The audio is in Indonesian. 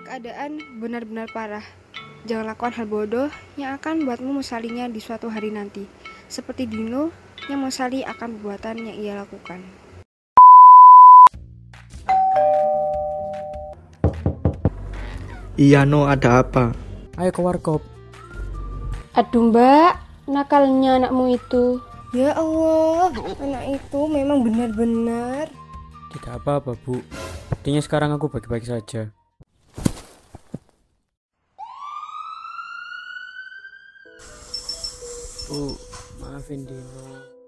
keadaan benar-benar parah. Jangan lakukan hal bodoh yang akan membuatmu menyesalinya di suatu hari nanti. Seperti Dino yang menyesali akan perbuatan yang ia lakukan. Iya no, ada apa? Ayo ke warkop. Aduh mbak, nakalnya anakmu itu. Ya Allah, anak itu memang benar-benar. Tidak apa-apa bu, buktinya sekarang aku baik-baik saja. Bu, maafin Dino.